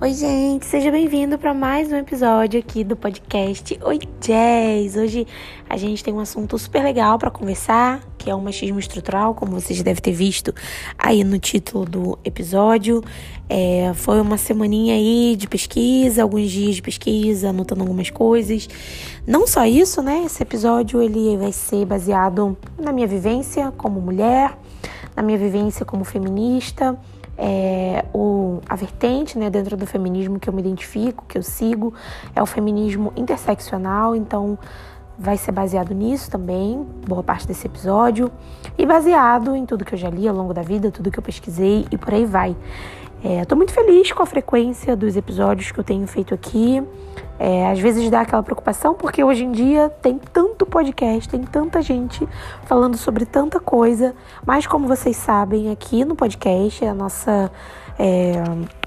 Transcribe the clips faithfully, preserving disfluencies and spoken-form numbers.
Oi, gente, seja bem-vindo para mais um episódio aqui do podcast Oi Jazz. Hoje a gente tem um assunto super legal para conversar, que é o machismo estrutural, como vocês devem ter visto aí no título do episódio. É, foi uma semaninha aí de pesquisa, alguns dias de pesquisa, anotando algumas coisas. Não só isso, né? Esse episódio ele vai ser baseado na minha vivência como mulher, na minha vivência como feminista. É, o, a vertente, né, dentro do feminismo que eu me identifico, que eu sigo, é o feminismo interseccional, então vai ser baseado nisso também, boa parte desse episódio, e baseado em tudo que eu já li ao longo da vida, tudo que eu pesquisei e por aí vai. Estou é, muito feliz com a frequência dos episódios que eu tenho feito aqui. É, às vezes dá aquela preocupação, porque hoje em dia tem tanto podcast, tem tanta gente falando sobre tanta coisa, mas como vocês sabem, aqui no podcast, a nossa, é,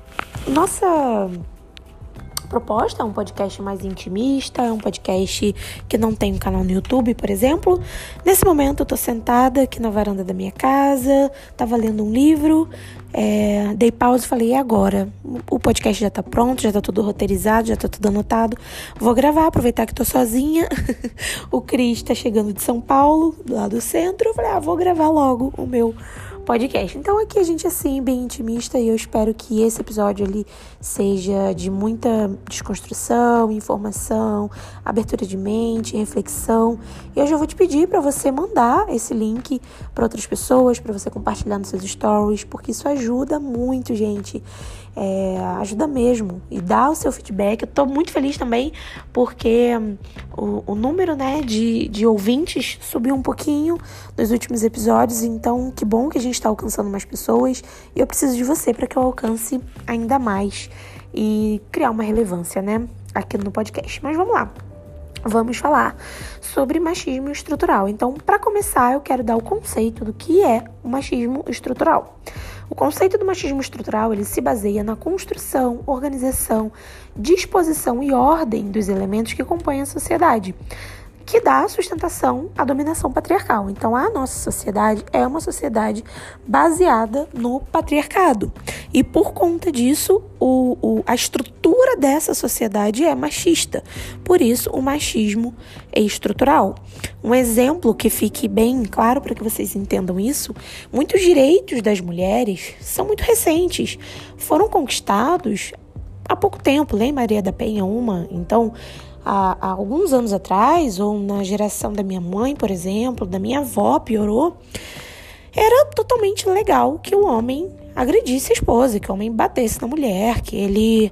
nossa proposta é um podcast mais intimista, é um podcast que não tem um canal no YouTube, por exemplo. Nesse momento eu tô sentada aqui na varanda da minha casa, tava lendo um livro, é, dei pausa e falei, e agora? O podcast já tá pronto, já tá tudo roteirizado, já tá tudo anotado. Vou gravar, aproveitar que tô sozinha. O Cris tá chegando de São Paulo, lá do centro. Eu falei, ah, vou gravar logo o meu podcast. Então aqui a gente é assim, bem intimista, e eu espero que esse episódio ali seja de muita desconstrução, informação, abertura de mente, reflexão. E eu já vou te pedir para você mandar esse link para outras pessoas, para você compartilhar nos seus stories, porque isso ajuda muito, gente. É, ajuda mesmo. E dá o seu feedback. Eu tô muito feliz também porque o, o número, né, de, de ouvintes subiu um pouquinho nos últimos episódios. Então, que bom que a gente está alcançando mais pessoas. E eu preciso de você para que eu alcance ainda mais e criar uma relevância, né, aqui no podcast. Mas vamos lá. Vamos falar sobre machismo estrutural. Então, para começar, eu quero dar o conceito do que é o machismo estrutural. O conceito do machismo estrutural, ele se baseia na construção, organização, disposição e ordem dos elementos que compõem a sociedade, que dá sustentação à dominação patriarcal. Então, a nossa sociedade é uma sociedade baseada no patriarcado. E, por conta disso, o, o, a estrutura dessa sociedade é machista. Por isso, o machismo é estrutural. Um exemplo que fique bem claro para que vocês entendam isso, muitos direitos das mulheres são muito recentes. Foram conquistados há pouco tempo. Lei Maria da Penha, uma. Então, Há, há alguns anos atrás, ou na geração da minha mãe, por exemplo, da minha avó, piorou, era totalmente legal que o homem agredisse a esposa, que o homem batesse na mulher, que ele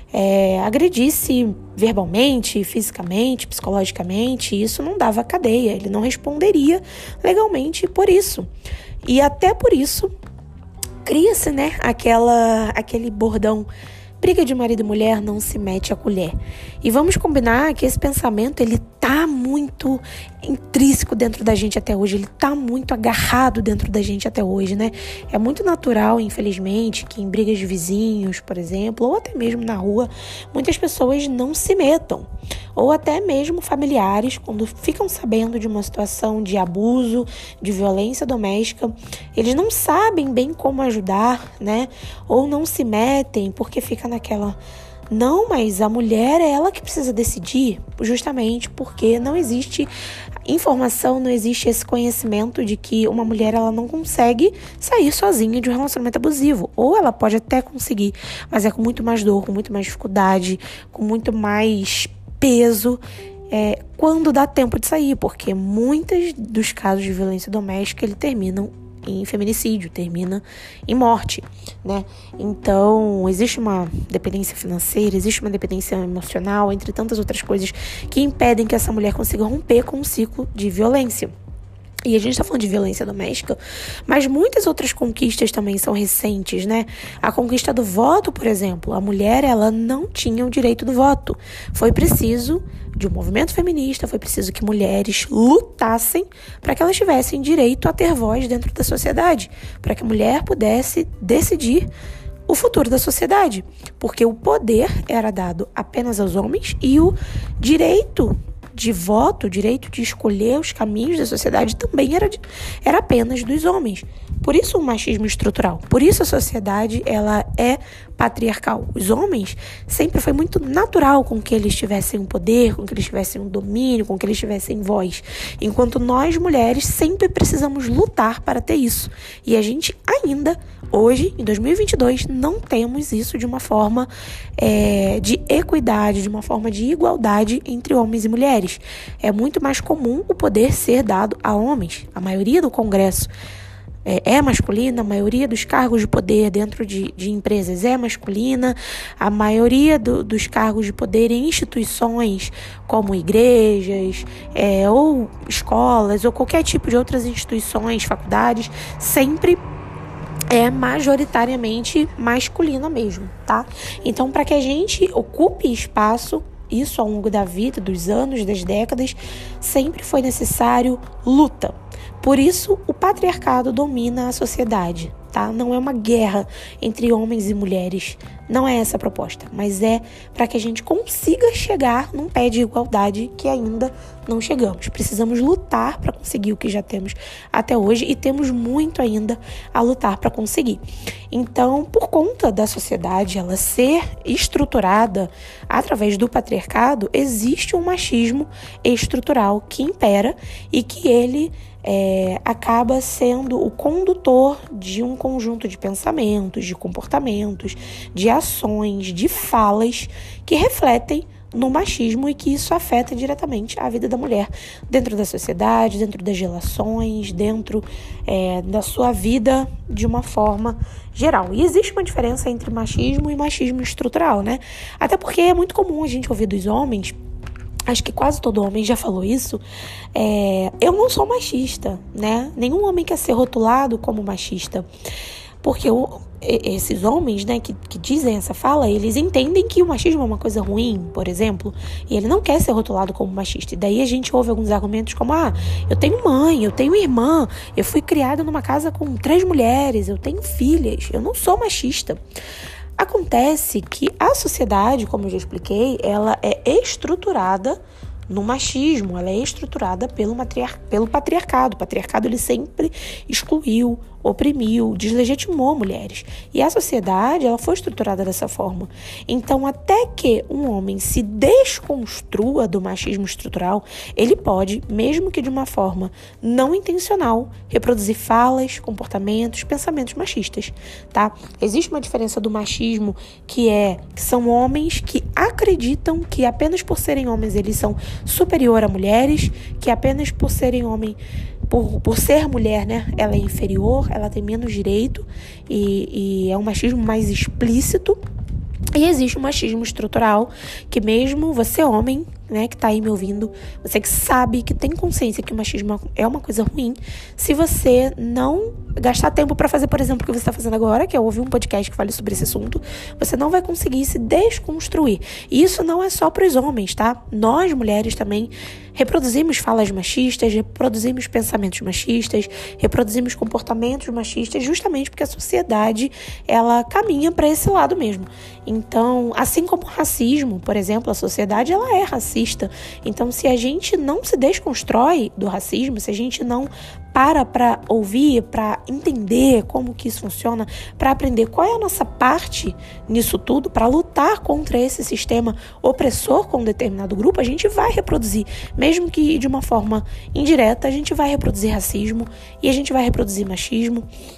é, agredisse verbalmente, fisicamente, psicologicamente. Isso não dava cadeia, ele não responderia legalmente por isso. E até por isso, cria-se, né, aquela, aquele bordão: briga de marido e mulher não se mete a colher. E vamos combinar que esse pensamento, ele tá muito intrínseco dentro da gente até hoje, ele tá muito agarrado dentro da gente até hoje, né? É muito natural, infelizmente, que em brigas de vizinhos, por exemplo, ou até mesmo na rua, muitas pessoas não se metam. Ou até mesmo familiares, quando ficam sabendo de uma situação de abuso, de violência doméstica, eles não sabem bem como ajudar, né? Ou não se metem porque fica naquela: não, mas a mulher é ela que precisa decidir, justamente porque não existe informação, não existe esse conhecimento de que uma mulher ela não consegue sair sozinha de um relacionamento abusivo. Ou ela pode até conseguir, mas é com muito mais dor, com muito mais dificuldade, com muito mais peso, é, quando dá tempo de sair, porque muitos dos casos de violência doméstica ele terminam em feminicídio, termina em morte, né? Então, existe uma dependência financeira, existe uma dependência emocional, entre tantas outras coisas que impedem que essa mulher consiga romper com um ciclo de violência. E a gente está falando de violência doméstica, mas muitas outras conquistas também são recentes, né? A conquista do voto, por exemplo, a mulher, ela não tinha o direito do voto. Foi preciso de um movimento feminista, foi preciso que mulheres lutassem para que elas tivessem direito a ter voz dentro da sociedade, para que a mulher pudesse decidir o futuro da sociedade, porque o poder era dado apenas aos homens e o direito de voto, o direito de escolher os caminhos da sociedade também era, de, era apenas dos homens. Por isso o machismo estrutural. Por isso a sociedade, ela é patriarcal. Os homens sempre foi muito natural com que eles tivessem um poder, com que eles tivessem um domínio, com que eles tivessem voz. Enquanto nós, mulheres, sempre precisamos lutar para ter isso. E a gente ainda, hoje, em dois mil e vinte e dois, não temos isso de uma forma é, de equidade, de uma forma de igualdade entre homens e mulheres. É muito mais comum o poder ser dado a homens. A maioria do Congresso é masculina, a maioria dos cargos de poder dentro de, de empresas é masculina, a maioria do, dos cargos de poder em instituições como igrejas, é, ou escolas, ou qualquer tipo de outras instituições, faculdades, sempre é majoritariamente masculina mesmo, tá? Então, para que a gente ocupe espaço, isso ao longo da vida, dos anos, das décadas, sempre foi necessário luta. Por isso, o patriarcado domina a sociedade, tá? Não é uma guerra entre homens e mulheres, não é essa a proposta, mas é para que a gente consiga chegar num pé de igualdade que ainda não chegamos. Precisamos lutar para conseguir o que já temos até hoje e temos muito ainda a lutar para conseguir. Então, por conta da sociedade ela ser estruturada através do patriarcado, existe um machismo estrutural que impera e que ele É, acaba sendo o condutor de um conjunto de pensamentos, de comportamentos, de ações, de falas que refletem no machismo e que isso afeta diretamente a vida da mulher dentro da sociedade, dentro das relações, dentro é, da sua vida de uma forma geral. E existe uma diferença entre machismo e machismo estrutural, né? Até porque é muito comum a gente ouvir dos homens, acho que quase todo homem já falou isso, é, eu não sou machista, né? Nenhum homem quer ser rotulado como machista. Porque o, esses homens, né, que, que dizem essa fala, eles entendem que o machismo é uma coisa ruim, por exemplo, e ele não quer ser rotulado como machista. E daí a gente ouve alguns argumentos como, ah, eu tenho mãe, eu tenho irmã, eu fui criada numa casa com três mulheres, eu tenho filhas, eu não sou machista. Acontece que a sociedade, como eu já expliquei, ela é estruturada no machismo, ela é estruturada pelo, matriar- pelo patriarcado. O patriarcado ele sempre excluiu, oprimiu, deslegitimou mulheres. E a sociedade ela foi estruturada dessa forma. Então, até que um homem se desconstrua do machismo estrutural, ele pode, mesmo que de uma forma não intencional, reproduzir falas, comportamentos, pensamentos machistas, tá? Existe uma diferença do machismo que é que são homens que acreditam que apenas por serem homens eles são superior a mulheres, que apenas por serem homem Por, por ser mulher, né, ela é inferior, ela tem menos direito e, e é um machismo mais explícito. E existe um machismo estrutural que mesmo você homem, né, que tá aí me ouvindo, você que sabe, que tem consciência que o machismo é uma coisa ruim, se você não gastar tempo para fazer, por exemplo, o que você está fazendo agora, que é ouvir um podcast que fale sobre esse assunto, você não vai conseguir se desconstruir. E isso não é só para os homens, tá? Nós, mulheres, também reproduzimos falas machistas, reproduzimos pensamentos machistas, reproduzimos comportamentos machistas, justamente porque a sociedade, ela caminha para esse lado mesmo. Então, assim como o racismo, por exemplo, a sociedade, ela é racista. Então, se a gente não se desconstrói do racismo, se a gente não para para ouvir, para entender como que isso funciona, para aprender qual é a nossa parte nisso tudo, para lutar contra esse sistema opressor com um determinado grupo, a gente vai reproduzir, mesmo que de uma forma indireta, a gente vai reproduzir racismo e a gente vai reproduzir machismo.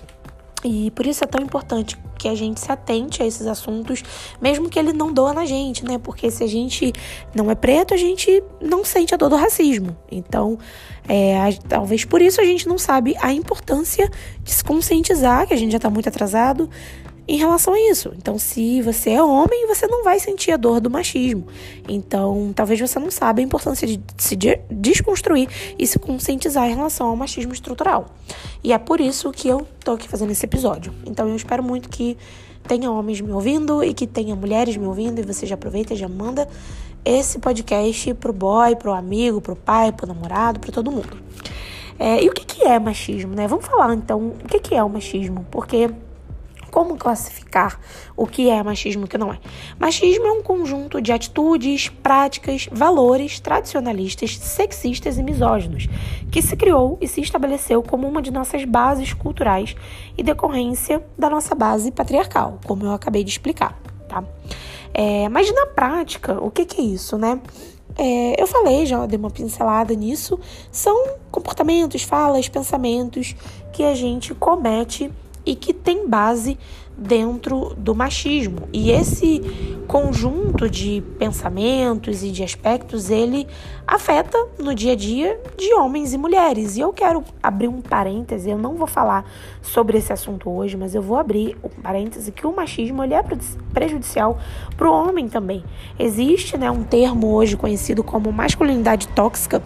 E por isso é tão importante que a gente se atente a esses assuntos, mesmo que ele não doa na gente, né? Porque se a gente não é preto, a gente não sente a dor do racismo. Então, é, a, talvez por isso a gente não sabe a importância de se conscientizar, que a gente já está muito atrasado em relação a isso. Então, se você é homem, você não vai sentir a dor do machismo. Então, talvez você não saiba a importância de se de- desconstruir e se conscientizar em relação ao machismo estrutural. E é por isso que eu tô aqui fazendo esse episódio. Então, eu espero muito que tenha homens me ouvindo e que tenha mulheres me ouvindo, e você já aproveita e já manda esse podcast pro boy, pro amigo, pro pai, pro namorado, pra todo mundo. É, e o que que é machismo, né? Vamos falar, então, o que que é o machismo? Porque como classificar o que é machismo e o que não é? Machismo é um conjunto de atitudes, práticas, valores tradicionalistas, sexistas e misóginos, que se criou e se estabeleceu como uma de nossas bases culturais e decorrência da nossa base patriarcal, como eu acabei de explicar, tá? É, mas na prática, o que, que é isso, né? É, eu falei, já dei uma pincelada nisso, são comportamentos, falas, pensamentos que a gente comete e que tem base dentro do machismo. E esse conjunto de pensamentos e de aspectos, ele afeta no dia a dia de homens e mulheres. E eu quero abrir um parêntese, eu não vou falar sobre esse assunto hoje, mas eu vou abrir um parêntese que o machismo ele é prejudicial para o homem também. Existe, né, um termo hoje conhecido como masculinidade tóxica,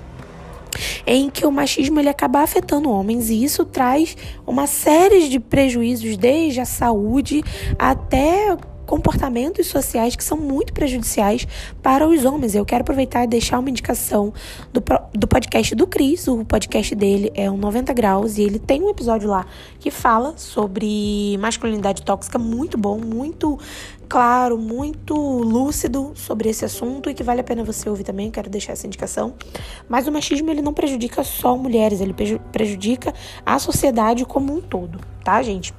em que o machismo ele acaba afetando homens e isso traz uma série de prejuízos, desde a saúde até comportamentos sociais que são muito prejudiciais para os homens. Eu quero aproveitar e deixar uma indicação do, do podcast do Cris. O podcast dele é o noventa graus e ele tem um episódio lá que fala sobre masculinidade tóxica, muito bom, muito claro, muito lúcido sobre esse assunto e que vale a pena você ouvir também. Eu quero deixar essa indicação. Mas o machismo ele não prejudica só mulheres, ele prejudica a sociedade como um todo, tá, gente?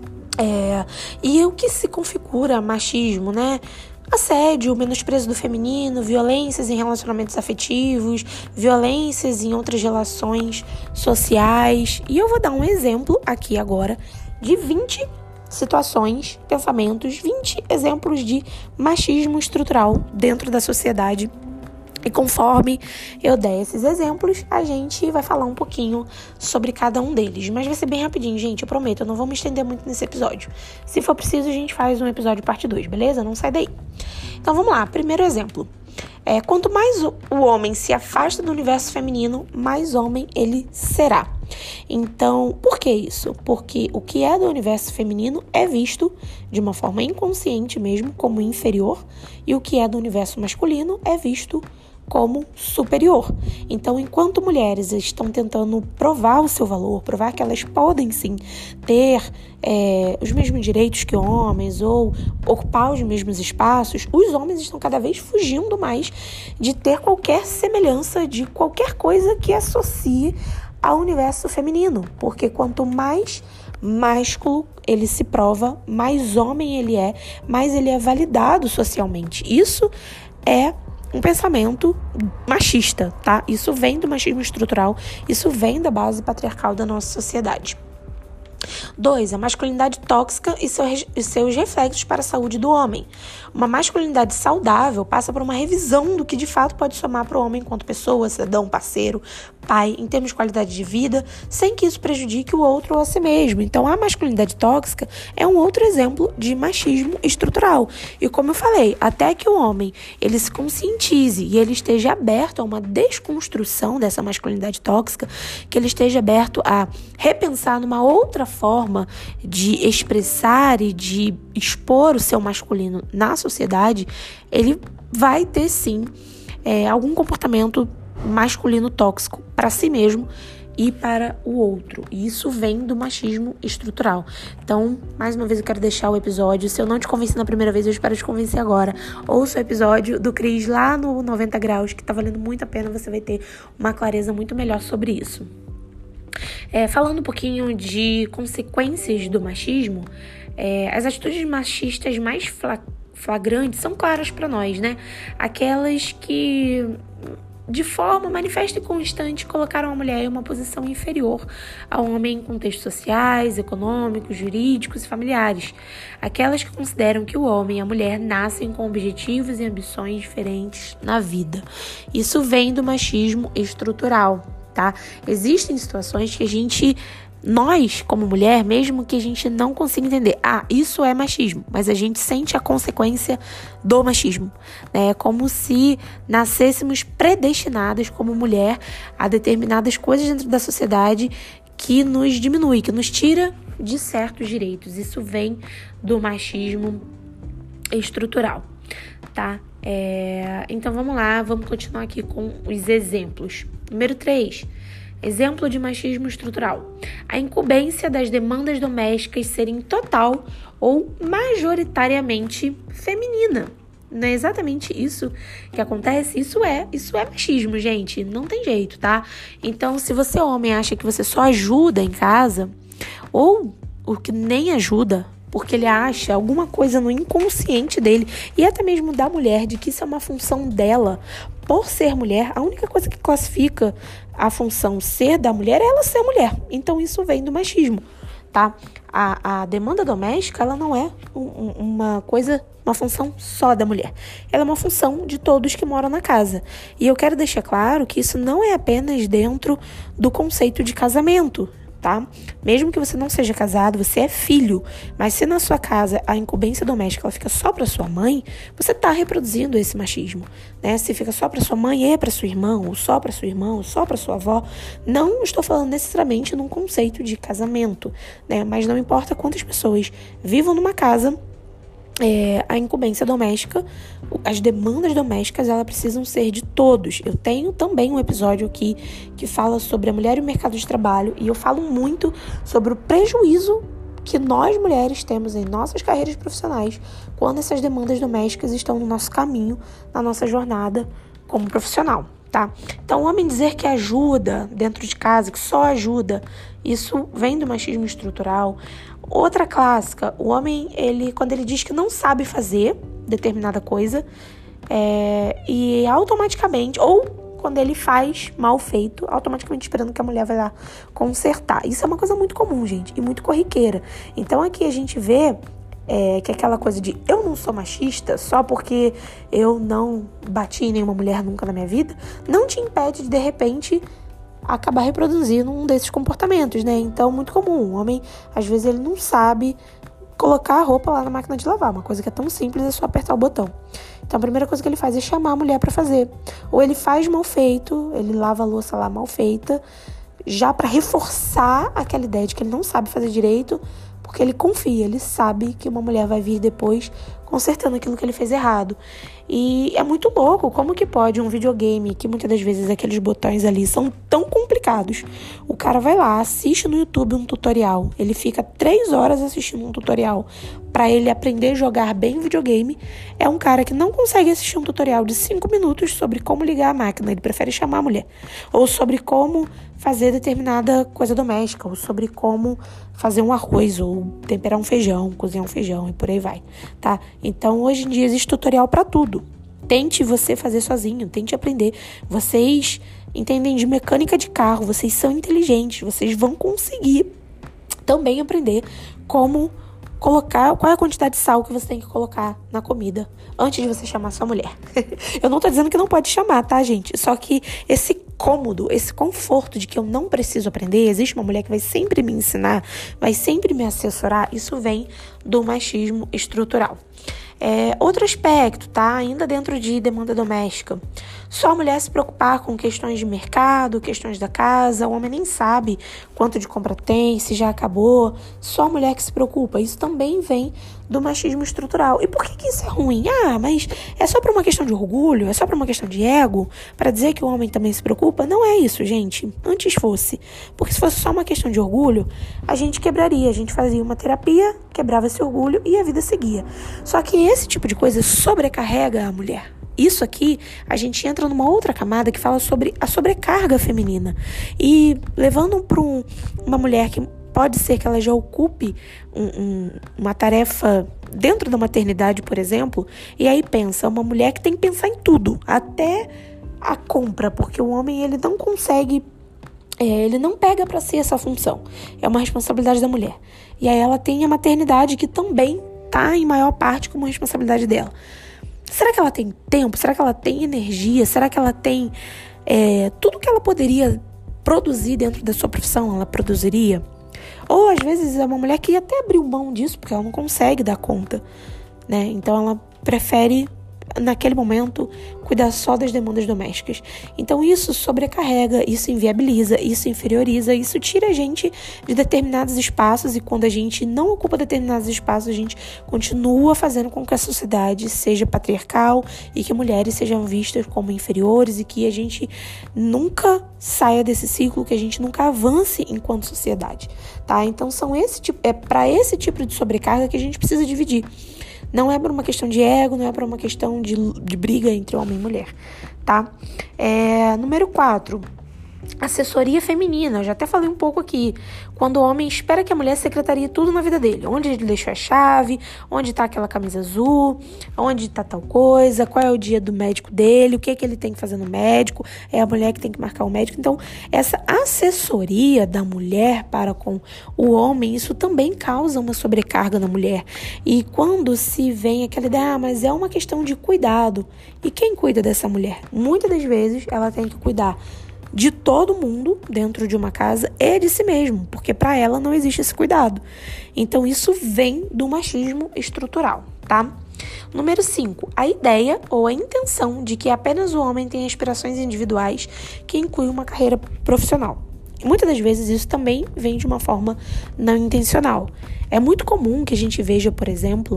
É, e o que se configura machismo, né? Assédio, menosprezo do feminino, violências em relacionamentos afetivos, violências em outras relações sociais. E eu vou dar um exemplo aqui agora de vinte situações, pensamentos, vinte exemplos de machismo estrutural dentro da sociedade. E conforme eu der esses exemplos, a gente vai falar um pouquinho sobre cada um deles. Mas vai ser bem rapidinho, gente, eu prometo, eu não vou me estender muito nesse episódio. Se for preciso, a gente faz um episódio parte dois, beleza? Não sai daí. Então vamos lá, primeiro exemplo. É, quanto mais o, o homem se afasta do universo feminino, mais homem ele será. Então, por que isso? Porque o que é do universo feminino é visto de uma forma inconsciente mesmo como inferior, e o que é do universo masculino é visto como superior. Então, enquanto mulheres estão tentando provar o seu valor, provar que elas podem sim ter é, os mesmos direitos que homens ou ocupar os mesmos espaços, os homens estão cada vez fugindo mais de ter qualquer semelhança de qualquer coisa que associe ao universo feminino, porque quanto mais másculo ele se prova, mais homem ele é, mais ele é validado socialmente. Isso é um pensamento machista, tá? Isso vem do machismo estrutural, isso vem da base patriarcal da nossa sociedade. Dois, a masculinidade tóxica e seus reflexos para a saúde do homem. Uma masculinidade saudável passa por uma revisão do que de fato pode somar para o homem enquanto pessoa, cidadão, parceiro, pai, em termos de qualidade de vida, sem que isso prejudique o outro ou a si mesmo. Então, a masculinidade tóxica é um outro exemplo de machismo estrutural. E como eu falei, até que o homem ele se conscientize e ele esteja aberto a uma desconstrução dessa masculinidade tóxica, que ele esteja aberto a repensar numa outra forma de expressar e de expor o seu masculino na sociedade, ele vai ter sim é, algum comportamento masculino tóxico para si mesmo e para o outro. E isso vem do machismo estrutural. Então, mais uma vez eu quero deixar o episódio. Se eu não te convenci na primeira vez, eu espero te convencer agora. Ouça o episódio do Cris lá no noventa graus, que tá valendo muito a pena. Você vai ter uma clareza muito melhor sobre isso. É, falando um pouquinho de consequências do machismo, é, as atitudes machistas mais fla- flagrantes são claras para nós, né? Aquelas que, de forma manifesta e constante, colocaram a mulher em uma posição inferior ao homem em contextos sociais, econômicos, jurídicos e familiares. Aquelas que consideram que o homem e a mulher nascem com objetivos e ambições diferentes na vida. Isso vem do machismo estrutural, tá? Existem situações que a gente, nós como mulher, mesmo que a gente não consiga entender, ah, isso é machismo, mas a gente sente a consequência do machismo, né? É como se nascêssemos predestinadas como mulher a determinadas coisas dentro da sociedade que nos diminui, que nos tira de certos direitos. Isso vem do machismo estrutural, tá? É, então vamos lá, vamos continuar aqui com os exemplos. Número três, Exemplo de machismo estrutural: a incumbência das demandas domésticas serem total ou majoritariamente feminina. Não é exatamente isso que acontece? Isso é, isso é machismo, gente. Não tem jeito, tá? Então, se você, homem, acha que você só ajuda em casa, ou o que nem ajuda, porque ele acha alguma coisa no inconsciente dele, e até mesmo da mulher, de que isso é uma função dela, por ser mulher, a única coisa que classifica a função ser da mulher é ela ser mulher. Então, isso vem do machismo, tá? A, a demanda doméstica, ela não é um, uma coisa, uma função só da mulher. Ela é uma função de todos que moram na casa. E eu quero deixar claro que isso não é apenas dentro do conceito de casamento, tá? Mesmo que você não seja casado, você é filho, mas se na sua casa a incumbência doméstica ela fica só para sua mãe, você está reproduzindo esse machismo, né? Se fica só para sua mãe e para sua irmã, ou só para sua irmã, ou só para sua avó, não estou falando necessariamente num conceito de casamento, né? Mas não importa quantas pessoas vivam numa casa, É, a incumbência doméstica, as demandas domésticas, elas precisam ser de todos. Eu tenho também um episódio aqui que fala sobre a mulher e o mercado de trabalho, e eu falo muito sobre o prejuízo que nós mulheres temos em nossas carreiras profissionais quando essas demandas domésticas estão no nosso caminho, na nossa jornada como profissional, tá? Então, o homem dizer que ajuda dentro de casa, que só ajuda, isso vem do machismo estrutural. Outra clássica: o homem, ele, quando ele diz que não sabe fazer determinada coisa, é, e automaticamente, ou quando ele faz mal feito, automaticamente esperando que a mulher vai lá consertar. Isso é uma coisa muito comum, gente, e muito corriqueira. Então, aqui a gente vê é, que aquela coisa de eu não sou machista só porque eu não bati em nenhuma mulher nunca na minha vida, não te impede de, de repente, acabar reproduzindo um desses comportamentos, né? Então, muito comum. O homem, às vezes, ele não sabe colocar a roupa lá na máquina de lavar. Uma coisa que é tão simples, é só apertar o botão. Então, a primeira coisa que ele faz é chamar a mulher pra fazer. Ou ele faz mal feito, ele lava a louça lá mal feita, já pra reforçar aquela ideia de que ele não sabe fazer direito, porque ele confia, ele sabe que uma mulher vai vir depois consertando aquilo que ele fez errado. E é muito louco como que pode um videogame, que muitas das vezes aqueles botões ali são tão complicados. O cara vai lá, assiste no YouTube um tutorial, ele fica três horas assistindo um tutorial para ele aprender a jogar bem videogame. É um cara que não consegue assistir um tutorial de cinco minutos sobre como ligar a máquina, ele prefere chamar a mulher. Ou sobre como fazer determinada coisa doméstica, ou sobre como fazer um arroz, ou temperar um feijão, cozinhar um feijão, e por aí vai, tá? Então, hoje em dia existe tutorial para tudo. Tente você fazer sozinho, tente aprender. Vocês entendem de mecânica de carro, vocês são inteligentes, vocês vão conseguir também aprender como colocar, qual é a quantidade de sal que você tem que colocar na comida antes de você chamar sua mulher. Eu não tô dizendo que não pode chamar, tá, gente? Só que esse cômodo, esse conforto de que eu não preciso aprender, existe uma mulher que vai sempre me ensinar, vai sempre me assessorar, isso vem do machismo estrutural. É, outro aspecto, tá? Ainda dentro de demanda doméstica. Só a mulher se preocupar com questões de mercado, questões da casa, o homem nem sabe quanto de compra tem, se já acabou. Só a mulher que se preocupa. Isso também vem do machismo estrutural. E por que que isso é ruim? Ah, mas é só por uma questão de orgulho? É só por uma questão de ego? Para dizer que o homem também se preocupa? Não é isso, gente. Antes fosse. Porque se fosse só uma questão de orgulho, a gente quebraria. A gente fazia uma terapia, quebrava esse orgulho e a vida seguia. Só que esse tipo de coisa sobrecarrega a mulher. Isso aqui, a gente entra numa outra camada que fala sobre a sobrecarga feminina. E levando para um, uma mulher que pode ser que ela já ocupe um, um, uma tarefa dentro da maternidade, por exemplo, e aí pensa, uma mulher que tem que pensar em tudo, até a compra, porque o homem ele não consegue, é, ele não pega para si essa função. É uma responsabilidade da mulher. E aí ela tem a maternidade que também tá em maior parte como responsabilidade dela. Será que ela tem tempo? Será que ela tem energia? Será que ela tem é, tudo que ela poderia produzir dentro da sua profissão? Ela produziria? Ou às vezes é uma mulher que até abriu mão disso porque ela não consegue dar conta, né? Então ela prefere naquele momento, cuidar só das demandas domésticas. Então isso sobrecarrega, isso inviabiliza, isso inferioriza, isso tira a gente de determinados espaços, e quando a gente não ocupa determinados espaços, a gente continua fazendo com que a sociedade seja patriarcal e que mulheres sejam vistas como inferiores, e que a gente nunca saia desse ciclo, que a gente nunca avance enquanto sociedade, tá? Então são esse tipo, é para esse tipo de sobrecarga que a gente precisa dividir. Não é por uma questão de ego, não é por uma questão de, de briga entre homem e mulher, tá? É, número quatro, assessoria feminina. Eu já até falei um pouco aqui. Quando o homem espera que a mulher secretarie tudo na vida dele. Onde ele deixou a chave, onde está aquela camisa azul, onde está tal coisa, qual é o dia do médico dele, o que é que ele tem que fazer no médico, é a mulher que tem que marcar o médico. Então, essa assessoria da mulher para com o homem, isso também causa uma sobrecarga na mulher. E quando se vem aquela ideia, ah, mas é uma questão de cuidado. E quem cuida dessa mulher? Muitas das vezes ela tem que cuidar de todo mundo dentro de uma casa e de si mesmo, porque para ela não existe esse cuidado. Então isso vem do machismo estrutural, tá? Número cinco, a ideia ou a intenção de que apenas o homem tem aspirações individuais que incluem uma carreira profissional. E muitas das vezes isso também vem de uma forma não intencional. É muito comum que a gente veja, por exemplo,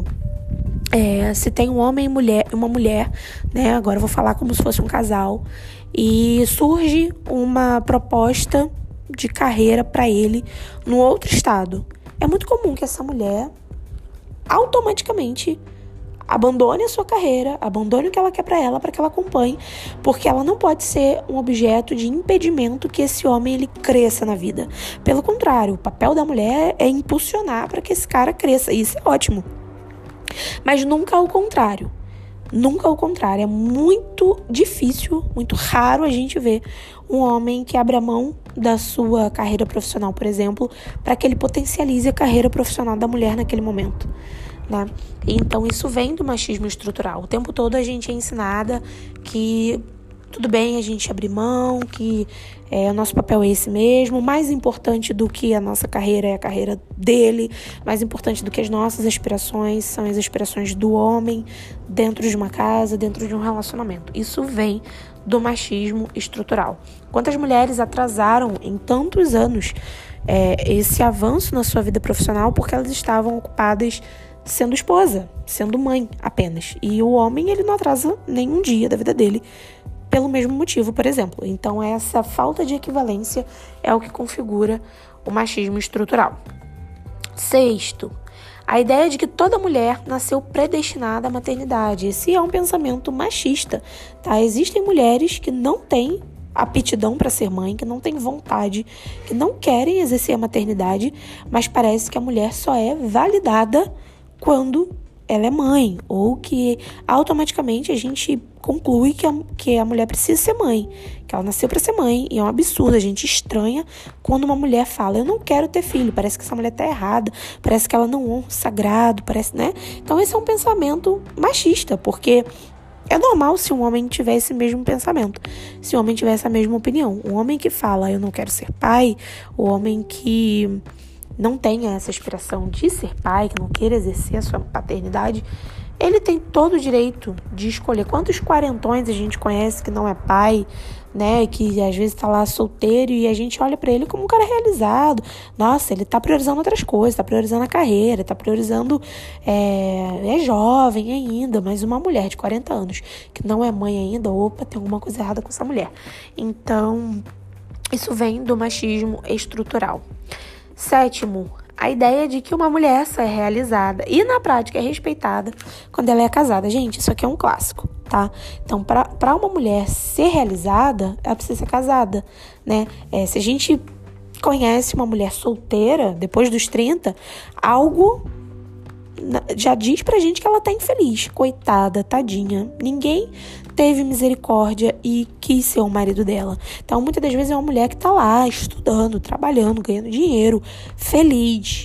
É, se tem um homem e mulher, uma mulher, né? Agora eu vou falar como se fosse um casal, e surge uma proposta de carreira para ele no outro estado. É muito comum que essa mulher automaticamente abandone a sua carreira, abandone o que ela quer para ela, para que ela acompanhe, porque ela não pode ser um objeto de impedimento que esse homem ele cresça na vida. Pelo contrário, o papel da mulher é impulsionar para que esse cara cresça, e isso é ótimo. Mas nunca ao contrário. Nunca ao contrário. É muito difícil, muito raro a gente ver um homem que abra mão da sua carreira profissional, por exemplo, para que ele potencialize a carreira profissional da mulher naquele momento, né? Então isso vem do machismo estrutural. O tempo todo a gente é ensinada que tudo bem a gente abrir mão, que é, o nosso papel é esse mesmo. Mais importante do que a nossa carreira é a carreira dele. Mais importante do que as nossas aspirações são as aspirações do homem dentro de uma casa, dentro de um relacionamento. Isso vem do machismo estrutural. Quantas mulheres atrasaram em tantos anos é, esse avanço na sua vida profissional porque elas estavam ocupadas sendo esposa, sendo mãe apenas. E o homem, ele não atrasa nenhum dia da vida dele pelo mesmo motivo, por exemplo. Então, essa falta de equivalência é o que configura o machismo estrutural. Sexto, a ideia de que toda mulher nasceu predestinada à maternidade. Esse é um pensamento machista, tá? Existem mulheres que não têm aptidão para ser mãe, que não têm vontade, que não querem exercer a maternidade, mas parece que a mulher só é validada quando ela é mãe, ou que automaticamente a gente conclui que a, que a mulher precisa ser mãe, que ela nasceu para ser mãe, e é um absurdo. A gente estranha quando uma mulher fala, eu não quero ter filho, parece que essa mulher tá errada, parece que ela não honra o sagrado, parece, né? Então esse é um pensamento machista, porque é normal se um homem tiver esse mesmo pensamento, se um homem tiver essa mesma opinião. Um homem que fala, eu não quero ser pai, o homem que não tenha essa aspiração de ser pai, que não queira exercer a sua paternidade, ele tem todo o direito de escolher. Quantos quarentões a gente conhece que não é pai, né, que às vezes tá lá solteiro e a gente olha pra ele como um cara realizado. Nossa, ele tá priorizando outras coisas, tá priorizando a carreira, tá priorizando, é, é jovem ainda, mas uma mulher de quarenta anos que não é mãe ainda, opa, tem alguma coisa errada com essa mulher. Então, isso vem do machismo estrutural. Sétimo, a ideia de que uma mulher só é realizada e na prática é respeitada quando ela é casada. Gente, isso aqui é um clássico, tá? Então, para uma mulher ser realizada, ela precisa ser casada, né? É, se a gente conhece uma mulher solteira, depois dos trinta, algo já diz pra gente que ela tá infeliz. Coitada, tadinha. Ninguém teve misericórdia e quis ser o marido dela. Então, muitas das vezes é uma mulher que tá lá estudando, trabalhando, ganhando dinheiro, feliz,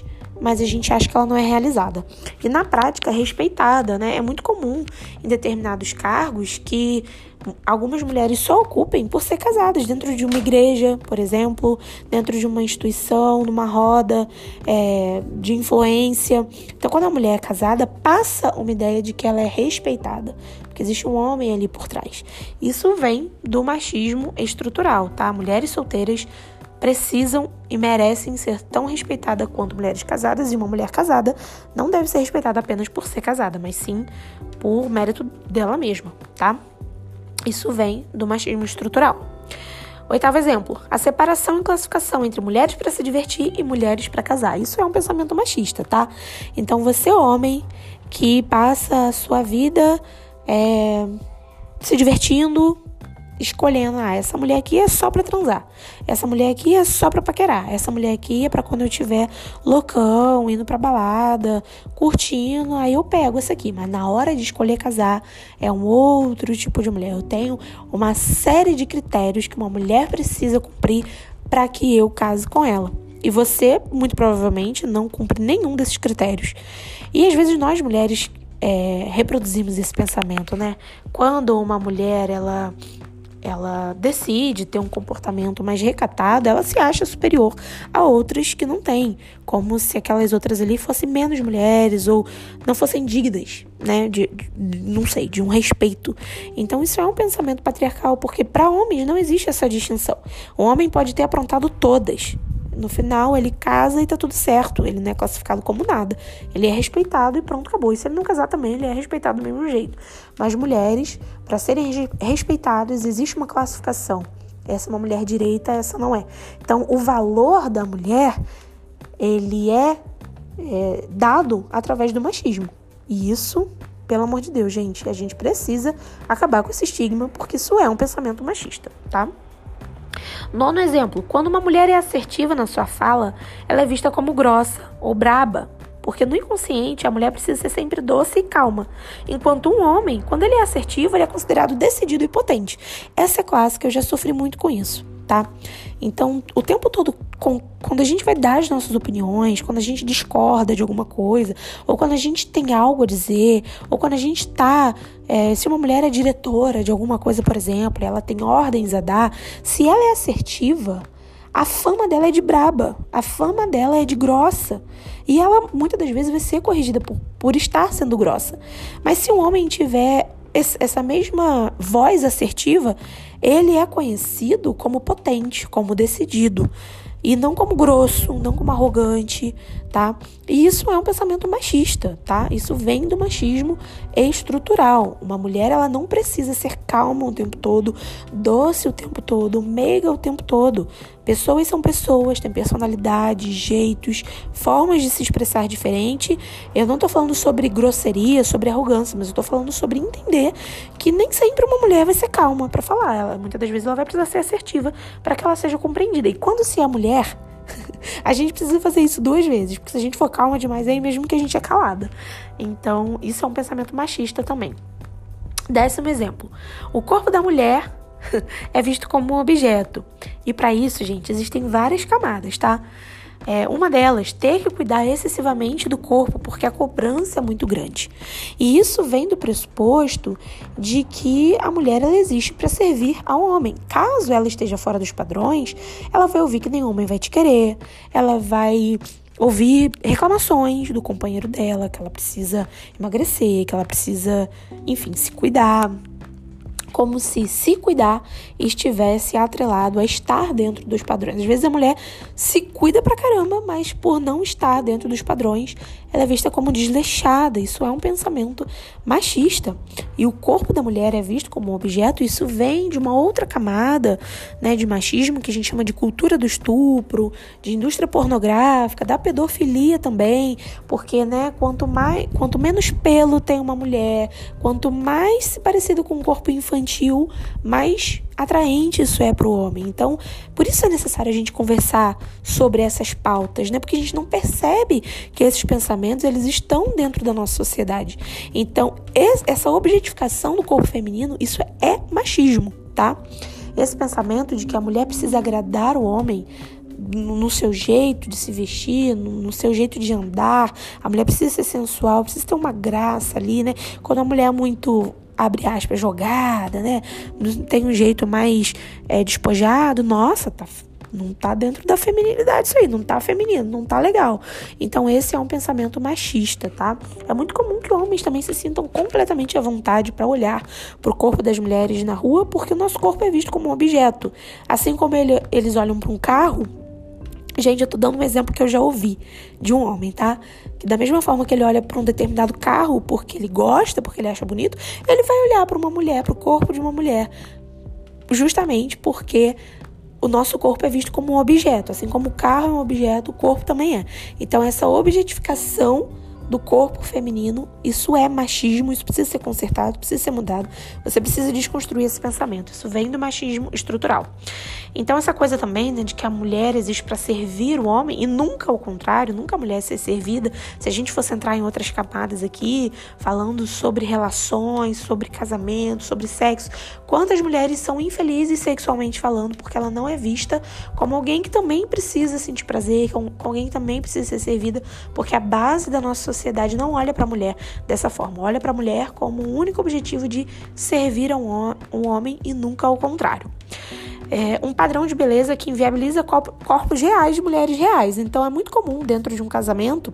mas a gente acha que ela não é realizada. E na prática, respeitada, né? É muito comum em determinados cargos que algumas mulheres só ocupem por ser casadas dentro de uma igreja, por exemplo, dentro de uma instituição, numa roda é, de influência. Então, quando a mulher é casada, passa uma ideia de que ela é respeitada, porque existe um homem ali por trás. Isso vem do machismo estrutural, tá? Mulheres solteiras precisam e merecem ser tão respeitadas quanto mulheres casadas, e uma mulher casada não deve ser respeitada apenas por ser casada, mas sim por mérito dela mesma, tá? Isso vem do machismo estrutural. Oitavo exemplo, a separação e classificação entre mulheres para se divertir e mulheres para casar. Isso é um pensamento machista, tá? Então, você, homem, que passa a sua vida é, se divertindo, escolhendo, ah, essa mulher aqui é só pra transar, essa mulher aqui é só pra paquerar, essa mulher aqui é pra quando eu tiver loucão, indo pra balada, curtindo, aí eu pego essa aqui. Mas na hora de escolher casar, é um outro tipo de mulher. Eu tenho uma série de critérios que uma mulher precisa cumprir pra que eu case com ela. E você, muito provavelmente, não cumpre nenhum desses critérios. E às vezes nós, mulheres, é, reproduzimos esse pensamento, né? Quando uma mulher, ela... ela decide ter um comportamento mais recatado, ela se acha superior a outras que não têm, como se aquelas outras ali fossem menos mulheres ou não fossem dignas, né, de, de, não sei, de um respeito. Então isso é um pensamento patriarcal, porque para homens não existe essa distinção. O homem pode ter aprontado todas. No final, ele casa e tá tudo certo. Ele não é classificado como nada. Ele é respeitado e pronto, acabou. E se ele não casar também, ele é respeitado do mesmo jeito. Mas mulheres, para serem respeitadas, existe uma classificação. Essa é uma mulher direita, essa não é. Então, o valor da mulher, ele é, é dado através do machismo. E isso, pelo amor de Deus, gente, a gente precisa acabar com esse estigma, porque isso é um pensamento machista, tá? Nono exemplo, quando uma mulher é assertiva na sua fala, ela é vista como grossa ou braba, porque no inconsciente a mulher precisa ser sempre doce e calma, enquanto um homem, quando ele é assertivo, ele é considerado decidido e potente. Essa é clássica, eu já sofri muito com isso, tá? Então, o tempo todo, com, quando a gente vai dar as nossas opiniões, quando a gente discorda de alguma coisa, ou quando a gente tem algo a dizer, ou quando a gente tá... É, se uma mulher é diretora de alguma coisa, por exemplo, ela tem ordens a dar, se ela é assertiva, a fama dela é de braba, a fama dela é de grossa. E ela, muitas das vezes, vai ser corrigida por, por estar sendo grossa. Mas se um homem tiver esse, essa mesma voz assertiva, ele é conhecido como potente, como decidido. E não como grosso, não como arrogante, tá? E isso é um pensamento machista, tá? Isso vem do machismo estrutural. Uma mulher, ela não precisa ser calma o tempo todo, doce o tempo todo, meiga o tempo todo. Pessoas são pessoas, têm personalidade, jeitos, formas de se expressar diferente. Eu não tô falando sobre grosseria, sobre arrogância, mas eu tô falando sobre entender que nem sempre uma mulher vai ser calma pra falar. Ela, muitas das vezes ela vai precisar ser assertiva para que ela seja compreendida. E quando se é mulher, a gente precisa fazer isso duas vezes, porque se a gente for calma demais, é aí mesmo que a gente é calada. Então, isso é um pensamento machista também. Décimo exemplo. O corpo da mulher é visto como um objeto. E para isso, gente, existem várias camadas, tá? É, uma delas, ter que cuidar excessivamente do corpo, porque a cobrança é muito grande. E isso vem do pressuposto de que a mulher, ela existe para servir ao homem. Caso ela esteja fora dos padrões, ela vai ouvir que nenhum homem vai te querer, ela vai ouvir reclamações do companheiro dela, que ela precisa emagrecer, que ela precisa, enfim, se cuidar. Como se se cuidar estivesse atrelado a estar dentro dos padrões. Às vezes a mulher se cuida pra caramba, mas por não estar dentro dos padrões, ela é vista como desleixada. Isso é um pensamento machista. E o corpo da mulher é visto como um objeto. Isso vem de uma outra camada, né, de machismo, que a gente chama de cultura do estupro, de indústria pornográfica, da pedofilia também. Porque, né, quanto, mais, quanto menos pelo tem uma mulher, quanto mais parecido com um corpo infantil, mais atraente isso é para o homem. Então, por isso é necessário a gente conversar sobre essas pautas, né? Porque a gente não percebe que esses pensamentos, eles estão dentro da nossa sociedade. Então, essa objetificação do corpo feminino, isso é machismo, tá? Esse pensamento de que a mulher precisa agradar o homem no, no seu jeito de se vestir, no, no seu jeito de andar. A mulher precisa ser sensual, precisa ter uma graça ali, né? Quando a mulher é muito, abre aspas, jogada, né? Tem um jeito mais é, despojado, nossa, tá... não tá dentro da feminilidade isso aí, não tá feminino, não tá legal. Então esse é um pensamento machista, tá? É muito comum que homens também se sintam completamente à vontade para olhar pro corpo das mulheres na rua, porque o nosso corpo é visto como um objeto. Assim como ele, eles olham para um carro. Gente, eu tô dando um exemplo que eu já ouvi de um homem, tá? Que da mesma forma que ele olha para um determinado carro porque ele gosta, porque ele acha bonito, ele vai olhar para uma mulher, pro corpo de uma mulher, justamente porque o nosso corpo é visto como um objeto. Assim como o carro é um objeto, o corpo também é. Então, essa objetificação do corpo feminino, isso é machismo, isso precisa ser consertado, precisa ser mudado. Você precisa desconstruir esse pensamento. Isso vem do machismo estrutural. Então, essa coisa também, né, de que a mulher existe para servir o homem, e nunca ao contrário, nunca a mulher ser servida. Se a gente fosse entrar em outras camadas aqui, falando sobre relações, sobre casamento, sobre sexo, quantas mulheres são infelizes sexualmente falando, porque ela não é vista como alguém que também precisa sentir prazer, como alguém que também precisa ser servida, porque a base da nossa sociedade não olha para a mulher dessa forma, olha para a mulher como o único objetivo de servir a um, um homem e nunca ao contrário. É um padrão de beleza que inviabiliza corpos reais de mulheres reais. Então, é muito comum dentro de um casamento,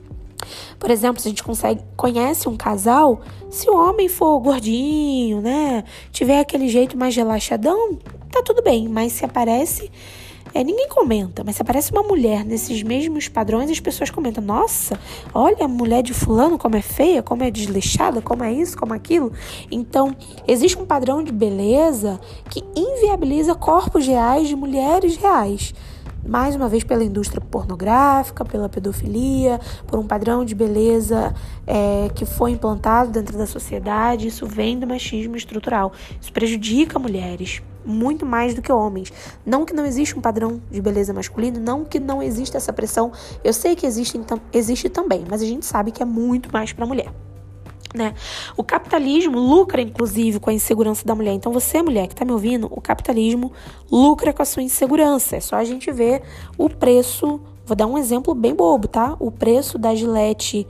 por exemplo, se a gente consegue, conhece um casal, se o homem for gordinho, né, tiver aquele jeito mais relaxadão, tá tudo bem, mas se aparece... É, ninguém comenta, mas se aparece uma mulher nesses mesmos padrões, as pessoas comentam: nossa, olha a mulher de fulano como é feia, como é desleixada, como é isso, como é aquilo. Então, existe um padrão de beleza que inviabiliza corpos reais de mulheres reais. Mais uma vez pela indústria pornográfica, pela pedofilia, por um padrão de beleza é, que foi implantado dentro da sociedade. Isso vem do machismo estrutural. Isso prejudica mulheres muito mais do que homens. Não que não existe um padrão de beleza masculino, não que não exista essa pressão. Eu sei que existe, existe também, mas a gente sabe que é muito mais para a mulher. Né? O capitalismo lucra, inclusive, com a insegurança da mulher. Então, você, mulher que está me ouvindo, o capitalismo lucra com a sua insegurança. É só a gente ver o preço. Vou dar um exemplo bem bobo, tá? O preço da Gillette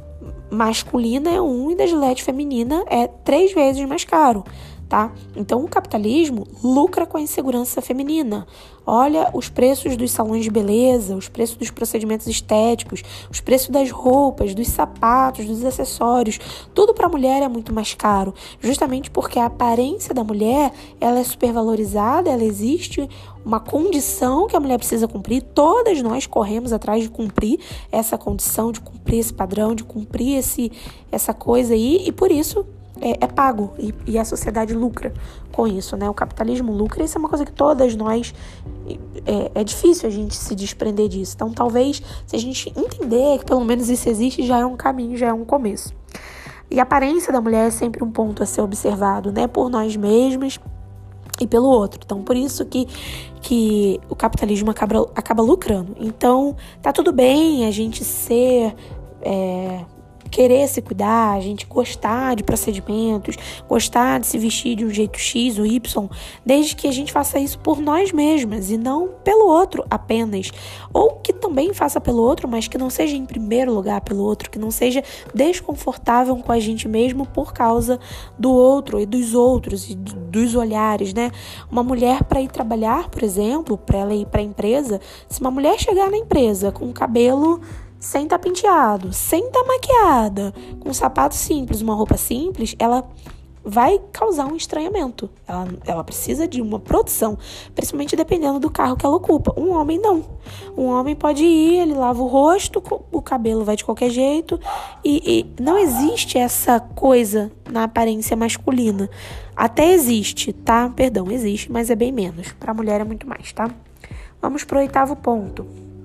masculina é um e da Gillette feminina é três vezes mais caro. Tá? Então, o capitalismo lucra com a insegurança feminina. Olha os preços dos salões de beleza, os preços dos procedimentos estéticos, os preços das roupas, dos sapatos, dos acessórios. Tudo para a mulher é muito mais caro, justamente porque a aparência da mulher ela é supervalorizada, ela existe uma condição que a mulher precisa cumprir. Todas nós corremos atrás de cumprir essa condição, de cumprir esse padrão, de cumprir esse, essa coisa aí, e por isso É, é pago e, e a sociedade lucra com isso, né? O capitalismo lucra, isso é uma coisa que todas nós... É, é difícil a gente se desprender disso. Então, talvez, se a gente entender que pelo menos isso existe, já é um caminho, já é um começo. E a aparência da mulher é sempre um ponto a ser observado, né? Por nós mesmos e pelo outro. Então, por isso que, que o capitalismo acaba, acaba lucrando. Então, tá tudo bem a gente ser... É, querer se cuidar, a gente gostar de procedimentos, gostar de se vestir de um jeito X ou Y, desde que a gente faça isso por nós mesmas e não pelo outro apenas. Ou que também faça pelo outro, mas que não seja em primeiro lugar pelo outro, que não seja desconfortável com a gente mesmo por causa do outro e dos outros e dos olhares, né? Uma mulher para ir trabalhar, por exemplo, para ela ir para a empresa, se uma mulher chegar na empresa com o cabelo sem estar penteado, sem estar maquiada, com um sapato simples, uma roupa simples, ela vai causar um estranhamento. Ela, ela precisa de uma produção, principalmente dependendo do carro que ela ocupa. Um homem não. Um homem pode ir, ele lava o rosto, o cabelo vai de qualquer jeito, e, e não existe essa coisa na aparência masculina. Até existe, tá? Perdão, existe, mas é bem menos. Para a mulher é muito mais, tá? Vamos pro oitavo ponto.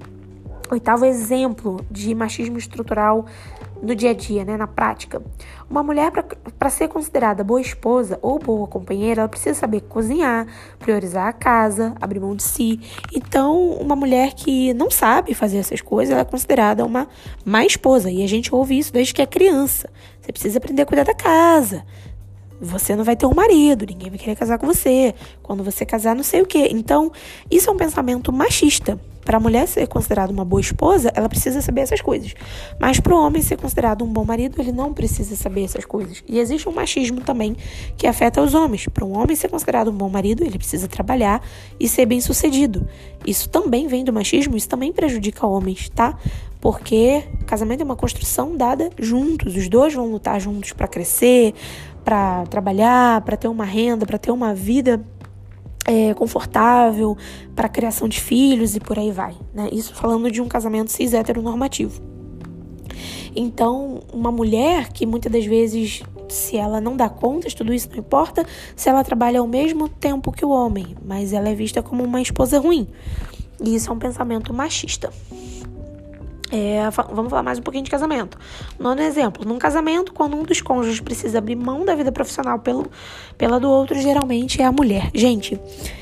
Oitavo exemplo de machismo estrutural no dia a dia, né, na prática. Uma mulher, para ser considerada boa esposa ou boa companheira, ela precisa saber cozinhar, priorizar a casa, abrir mão de si. Então, uma mulher que não sabe fazer essas coisas, ela é considerada uma má esposa. E a gente ouve isso desde que é criança. Você precisa aprender a cuidar da casa. você não vai ter um marido, ninguém vai querer casar com você. Quando você casar, não sei o quê. Então, isso é um pensamento machista. Para a mulher ser considerada uma boa esposa, ela precisa saber essas coisas. Mas para o homem ser considerado um bom marido, ele não precisa saber essas coisas. E existe um machismo também que afeta os homens. Para um homem ser considerado um bom marido, ele precisa trabalhar e ser bem-sucedido. Isso também vem do machismo, isso também prejudica homens, tá? Porque casamento é uma construção dada juntos. Os dois vão lutar juntos para crescer, para trabalhar, para ter uma renda, para ter uma vida É, confortável, para a criação de filhos e por aí vai, né? Isso falando de um casamento cis heteronormativo. Então, uma mulher que muitas das vezes, se ela não dá contas, tudo isso não importa, se ela trabalha ao mesmo tempo que o homem, mas ela é vista como uma esposa ruim. E isso é um pensamento machista. É, vamos falar mais um pouquinho de casamento. Nono exemplo, num casamento, quando um dos cônjuges precisa abrir mão da vida profissional pelo, pela do outro, geralmente é a mulher. Gente,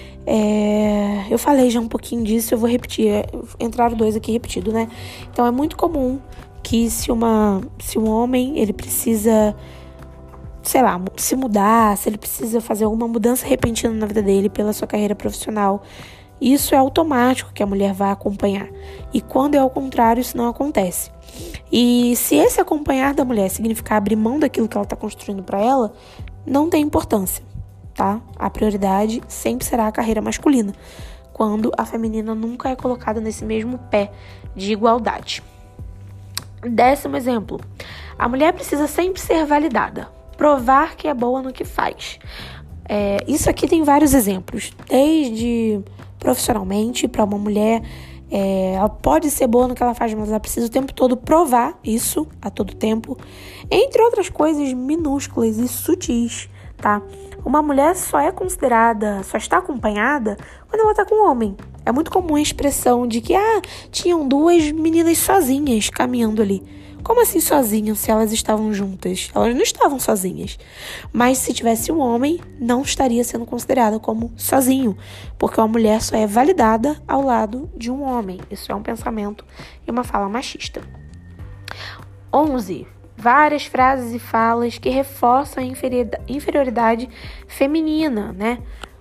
é, eu falei já um pouquinho disso, eu vou repetir. É, entraram dois aqui repetido, né? Então, é muito comum que se, uma, se um homem, ele precisa, sei lá, se mudar, se ele precisa fazer alguma mudança repentina na vida dele pela sua carreira profissional, isso é automático que a mulher vai acompanhar. E quando é ao contrário, isso não acontece. E se esse acompanhar da mulher significar abrir mão daquilo que ela está construindo para ela, não tem importância, tá? A prioridade sempre será a carreira masculina, quando a feminina nunca é colocada nesse mesmo pé de igualdade. Décimo exemplo. A mulher precisa sempre ser validada, provar que é boa no que faz. É, isso aqui tem vários exemplos, desde profissionalmente, para uma mulher, é, ela pode ser boa no que ela faz, mas ela precisa o tempo todo provar isso, a todo tempo, entre outras coisas minúsculas e sutis, tá? Uma mulher só é considerada, só está acompanhada quando ela está com um homem. É muito comum a expressão de que, ah, tinham duas meninas sozinhas caminhando ali. Como assim sozinhas, se elas estavam juntas? Elas não estavam sozinhas. Mas se tivesse um homem, não estaria sendo considerada como sozinho, porque uma mulher só é validada ao lado de um homem. Isso é um pensamento e uma fala machista. onze. Várias frases e falas que reforçam a inferioridade feminina, né?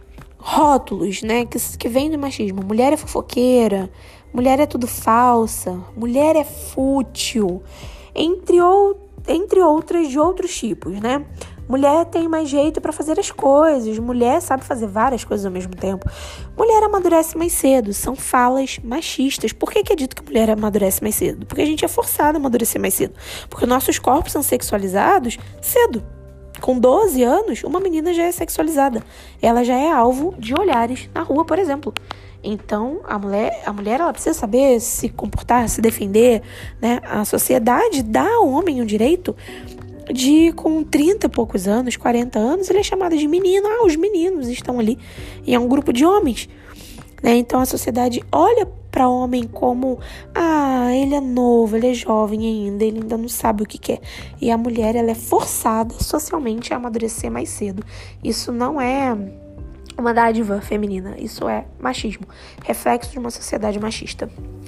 Rótulos, né? Que, que vem do machismo. Mulher é fofoqueira, mulher é tudo falsa, mulher é fútil, entre, ou, entre outras de outros tipos, né? Mulher tem mais jeito para fazer as coisas, mulher sabe fazer várias coisas ao mesmo tempo. Mulher amadurece mais cedo, são falas machistas. Por que que é dito que mulher amadurece mais cedo? Porque a gente é forçado a amadurecer mais cedo. Porque nossos corpos são sexualizados cedo. Com doze anos, uma menina já é sexualizada. Ela já é alvo de olhares na rua, por exemplo. Então, a mulher, a mulher ela precisa saber se comportar, se defender, né? A sociedade dá ao homem o direito de, com trinta e poucos anos, quarenta anos, ele é chamado de menino. Ah, os meninos estão ali. E é um grupo de homens, né? Então, a sociedade olha para o homem como, ah, ele é novo, ele é jovem ainda, ele ainda não sabe o que quer. E a mulher, ela é forçada socialmente a amadurecer mais cedo. Isso não é uma dádiva feminina, isso é machismo, reflexo de uma sociedade machista.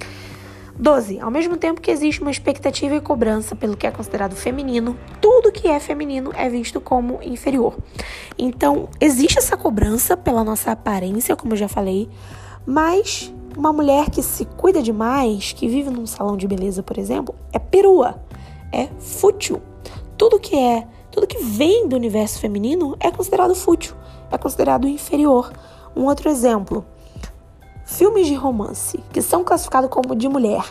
doze. Ao mesmo tempo que existe uma expectativa e cobrança pelo que é considerado feminino, tudo que é feminino é visto como inferior. Então, existe essa cobrança pela nossa aparência, como eu já falei, mas uma mulher que se cuida demais, que vive num salão de beleza, por exemplo, é perua, é fútil. Tudo que é, tudo que vem do universo feminino é considerado fútil, é considerado inferior. Um outro exemplo, filmes de romance, que são classificados como de mulher.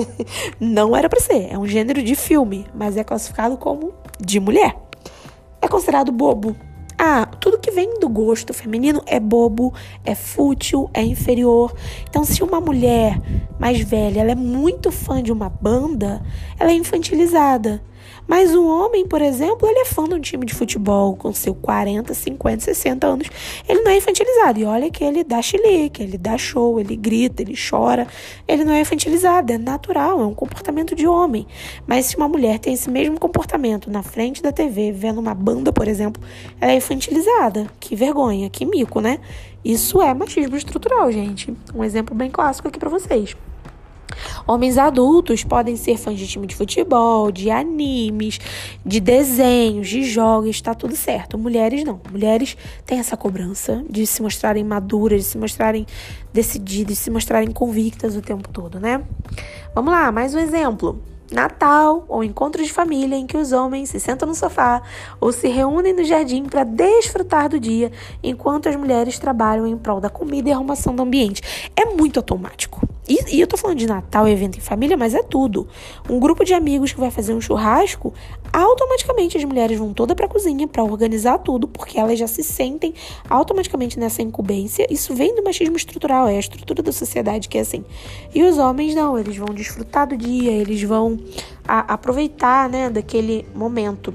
Não era para ser, é um gênero de filme, mas é classificado como de mulher. É considerado bobo. Ah, tudo que vem do gosto feminino é bobo, é fútil, é inferior. Então, se uma mulher mais velha, ela é muito fã de uma banda, ela é infantilizada. Mas um homem, por exemplo, ele é fã de um time de futebol com seus quarenta, cinquenta, sessenta anos. Ele não é infantilizado. E olha que ele dá chilique, ele dá show, ele grita, ele chora. Ele não é infantilizado, é natural, é um comportamento de homem. Mas se uma mulher tem esse mesmo comportamento na frente da T V, vendo uma banda, por exemplo, ela é infantilizada. Que vergonha, que mico, né? Isso é machismo estrutural, gente. Um exemplo bem clássico aqui pra vocês. Homens adultos podem ser fãs de time de futebol, de animes, de desenhos, de jogos, tá tudo certo. Mulheres não. Mulheres têm essa cobrança de se mostrarem maduras, de se mostrarem decididas, de se mostrarem convictas o tempo todo, né? Vamos lá, mais um exemplo. Natal ou encontro de família em que os homens se sentam no sofá ou se reúnem no jardim para desfrutar do dia, enquanto as mulheres trabalham em prol da comida e arrumação do ambiente. É muito automático. E, e eu tô falando de Natal, evento em família, mas é tudo. Um grupo de amigos que vai fazer um churrasco, automaticamente as mulheres vão toda pra cozinha para organizar tudo, porque elas já se sentem automaticamente nessa incumbência. Isso vem do machismo estrutural, é a estrutura da sociedade que é assim. E os homens não, eles vão desfrutar do dia, eles vão a, aproveitar, né, daquele momento.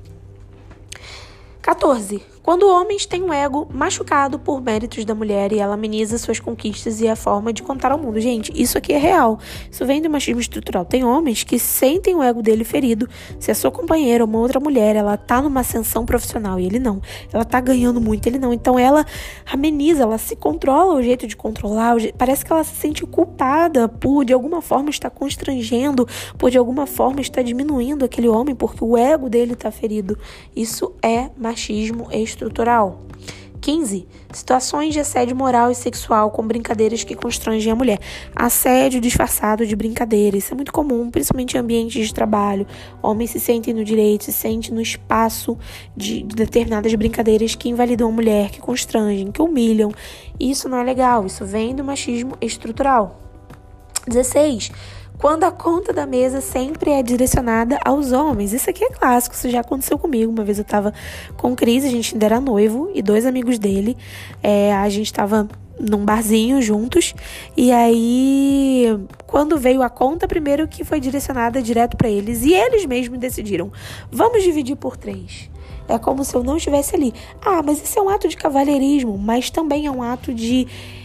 quatorze. Quando homens têm um ego machucado por méritos da mulher e ela ameniza suas conquistas e a forma de contar ao mundo. Gente, isso aqui é real. Isso vem do machismo estrutural. Tem homens que sentem o ego dele ferido se a sua companheira ou uma outra mulher, ela tá numa ascensão profissional e ele não. Ela tá ganhando muito, ele não. Então ela ameniza, ela se controla o jeito de controlar. Parece que ela se sente culpada por, de alguma forma, estar constrangendo, por, de alguma forma, estar diminuindo aquele homem porque o ego dele tá ferido. Isso é machismo estrutural. estrutural. quinze. Situações de assédio moral e sexual com brincadeiras que constrangem a mulher. Assédio disfarçado de brincadeira. Isso é muito comum, principalmente em ambientes de trabalho. Homens se sentem no direito, se sentem no espaço de determinadas brincadeiras que invalidam a mulher, que constrangem, que humilham. Isso não é legal. Isso vem do machismo estrutural. dezesseis. Quando a conta da mesa sempre é direcionada aos homens. Isso aqui é clássico, isso já aconteceu comigo. Uma vez eu tava com o Cris, a gente ainda era noivo, e dois amigos dele. É, a gente tava num barzinho juntos. E aí, quando veio a conta, primeiro que foi direcionada direto para eles. E eles mesmos decidiram, vamos dividir por três. É como se eu não estivesse ali. Ah, mas isso é um ato de cavalheirismo, mas também é um ato de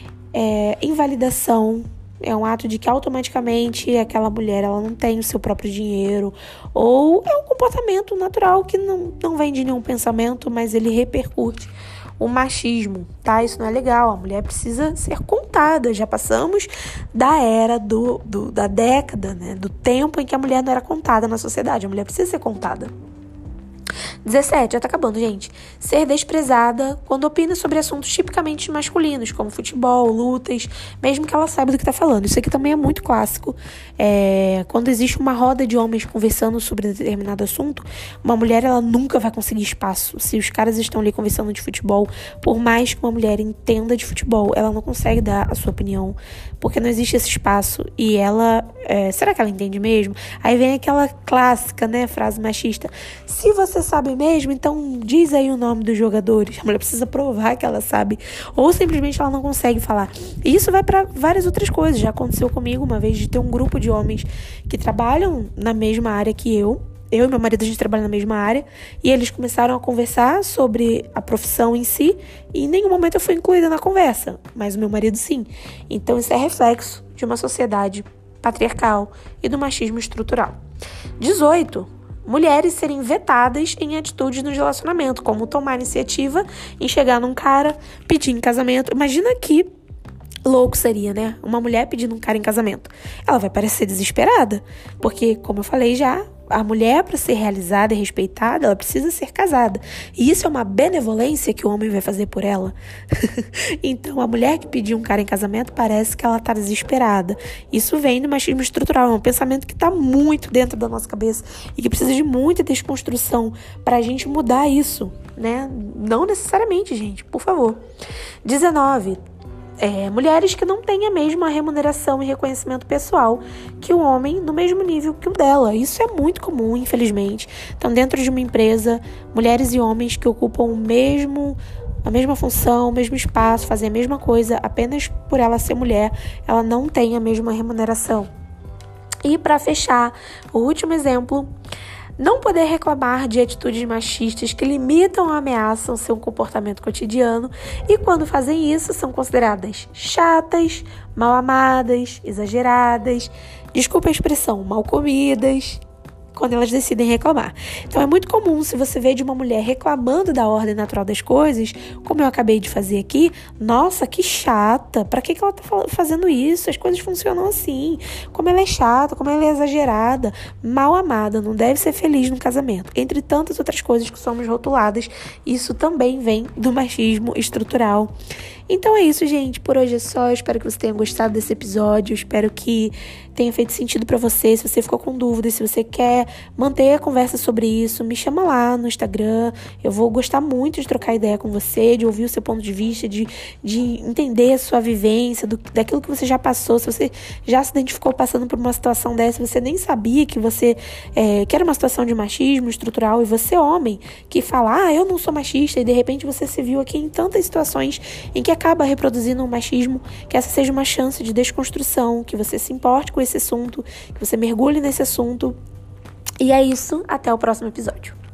é, invalidação. É um ato de que automaticamente aquela mulher ela não tem o seu próprio dinheiro. Ou é um comportamento natural que não, não vem de nenhum pensamento, mas ele repercute o machismo, tá? Isso não é legal. A mulher precisa ser contada. Já passamos da era, do, do, da década, né? Do tempo em que a mulher não era contada na sociedade. A mulher precisa ser contada. dezessete, já tá acabando, gente. Ser desprezada quando opina sobre assuntos tipicamente masculinos, como futebol, lutas, mesmo que ela saiba do que tá falando. Isso aqui também é muito clássico. É, quando existe uma roda de homens conversando sobre determinado assunto, uma mulher, ela nunca vai conseguir espaço. Se os caras estão ali conversando de futebol, por mais que uma mulher entenda de futebol, ela não consegue dar a sua opinião, porque não existe esse espaço. E ela, é, será que ela entende mesmo? Aí vem aquela clássica, né, frase machista. Se você sabe mesmo, então diz aí o nome dos jogadores. A mulher precisa provar que ela sabe, ou simplesmente ela não consegue falar. E isso vai para várias outras coisas. Já aconteceu comigo uma vez de ter um grupo de homens que trabalham na mesma área que eu. Eu e meu marido, a gente trabalha na mesma área. E eles começaram a conversar sobre a profissão em si. E em nenhum momento eu fui incluída na conversa. Mas o meu marido sim. Então isso é reflexo de uma sociedade patriarcal e do machismo estrutural. dezoito. Mulheres serem vetadas em atitudes no relacionamento, como tomar iniciativa em chegar num cara, pedir em casamento. Imagina que louco seria, né? Uma mulher pedindo um cara em casamento. Ela vai parecer desesperada, porque, como eu falei já, a mulher, para ser realizada e respeitada, ela precisa ser casada. E isso é uma benevolência que o homem vai fazer por ela. Então, a mulher que pediu um cara em casamento parece que ela tá desesperada. Isso vem do machismo estrutural. É um pensamento que tá muito dentro da nossa cabeça e que precisa de muita desconstrução pra gente mudar isso, né? Não necessariamente, gente, por favor. dezenove. É, mulheres que não têm a mesma remuneração e reconhecimento pessoal que o homem no mesmo nível que o dela. Isso é muito comum, infelizmente. Então, dentro de uma empresa, mulheres e homens que ocupam o mesmo, a mesma função, o mesmo espaço, fazem a mesma coisa, apenas por ela ser mulher, ela não tem a mesma remuneração. E para fechar, o último exemplo: não poder reclamar de atitudes machistas que limitam ou ameaçam seu comportamento cotidiano e, quando fazem isso, são consideradas chatas, mal amadas, exageradas, desculpa a expressão, mal comidas. quando elas decidem reclamar. Então é muito comum, se você vê de uma mulher reclamando da ordem natural das coisas, como eu acabei de fazer aqui, nossa, que chata, pra que que ela tá fazendo isso? As coisas funcionam assim, como ela é chata, como ela é exagerada, mal amada, não deve ser feliz no casamento. Entre tantas outras coisas que somos rotuladas, isso também vem do machismo estrutural. Então é isso, gente. Por hoje é só. Eu espero que você tenha gostado desse episódio. Eu espero que tenha feito sentido pra você. Se você ficou com dúvidas, se você quer manter a conversa sobre isso, me chama lá no Instagram. Eu vou gostar muito de trocar ideia com você, de ouvir o seu ponto de vista, de, de entender a sua vivência, do, daquilo que você já passou. Se você já se identificou passando por uma situação dessa, você nem sabia que você é, que era uma situação de machismo estrutural, e você, homem, que fala, ah, eu não sou machista, e de repente você se viu aqui em tantas situações em que acaba reproduzindo um machismo, que essa seja uma chance de desconstrução, que você se importe com esse assunto, que você mergulhe nesse assunto. E é isso, até o próximo episódio.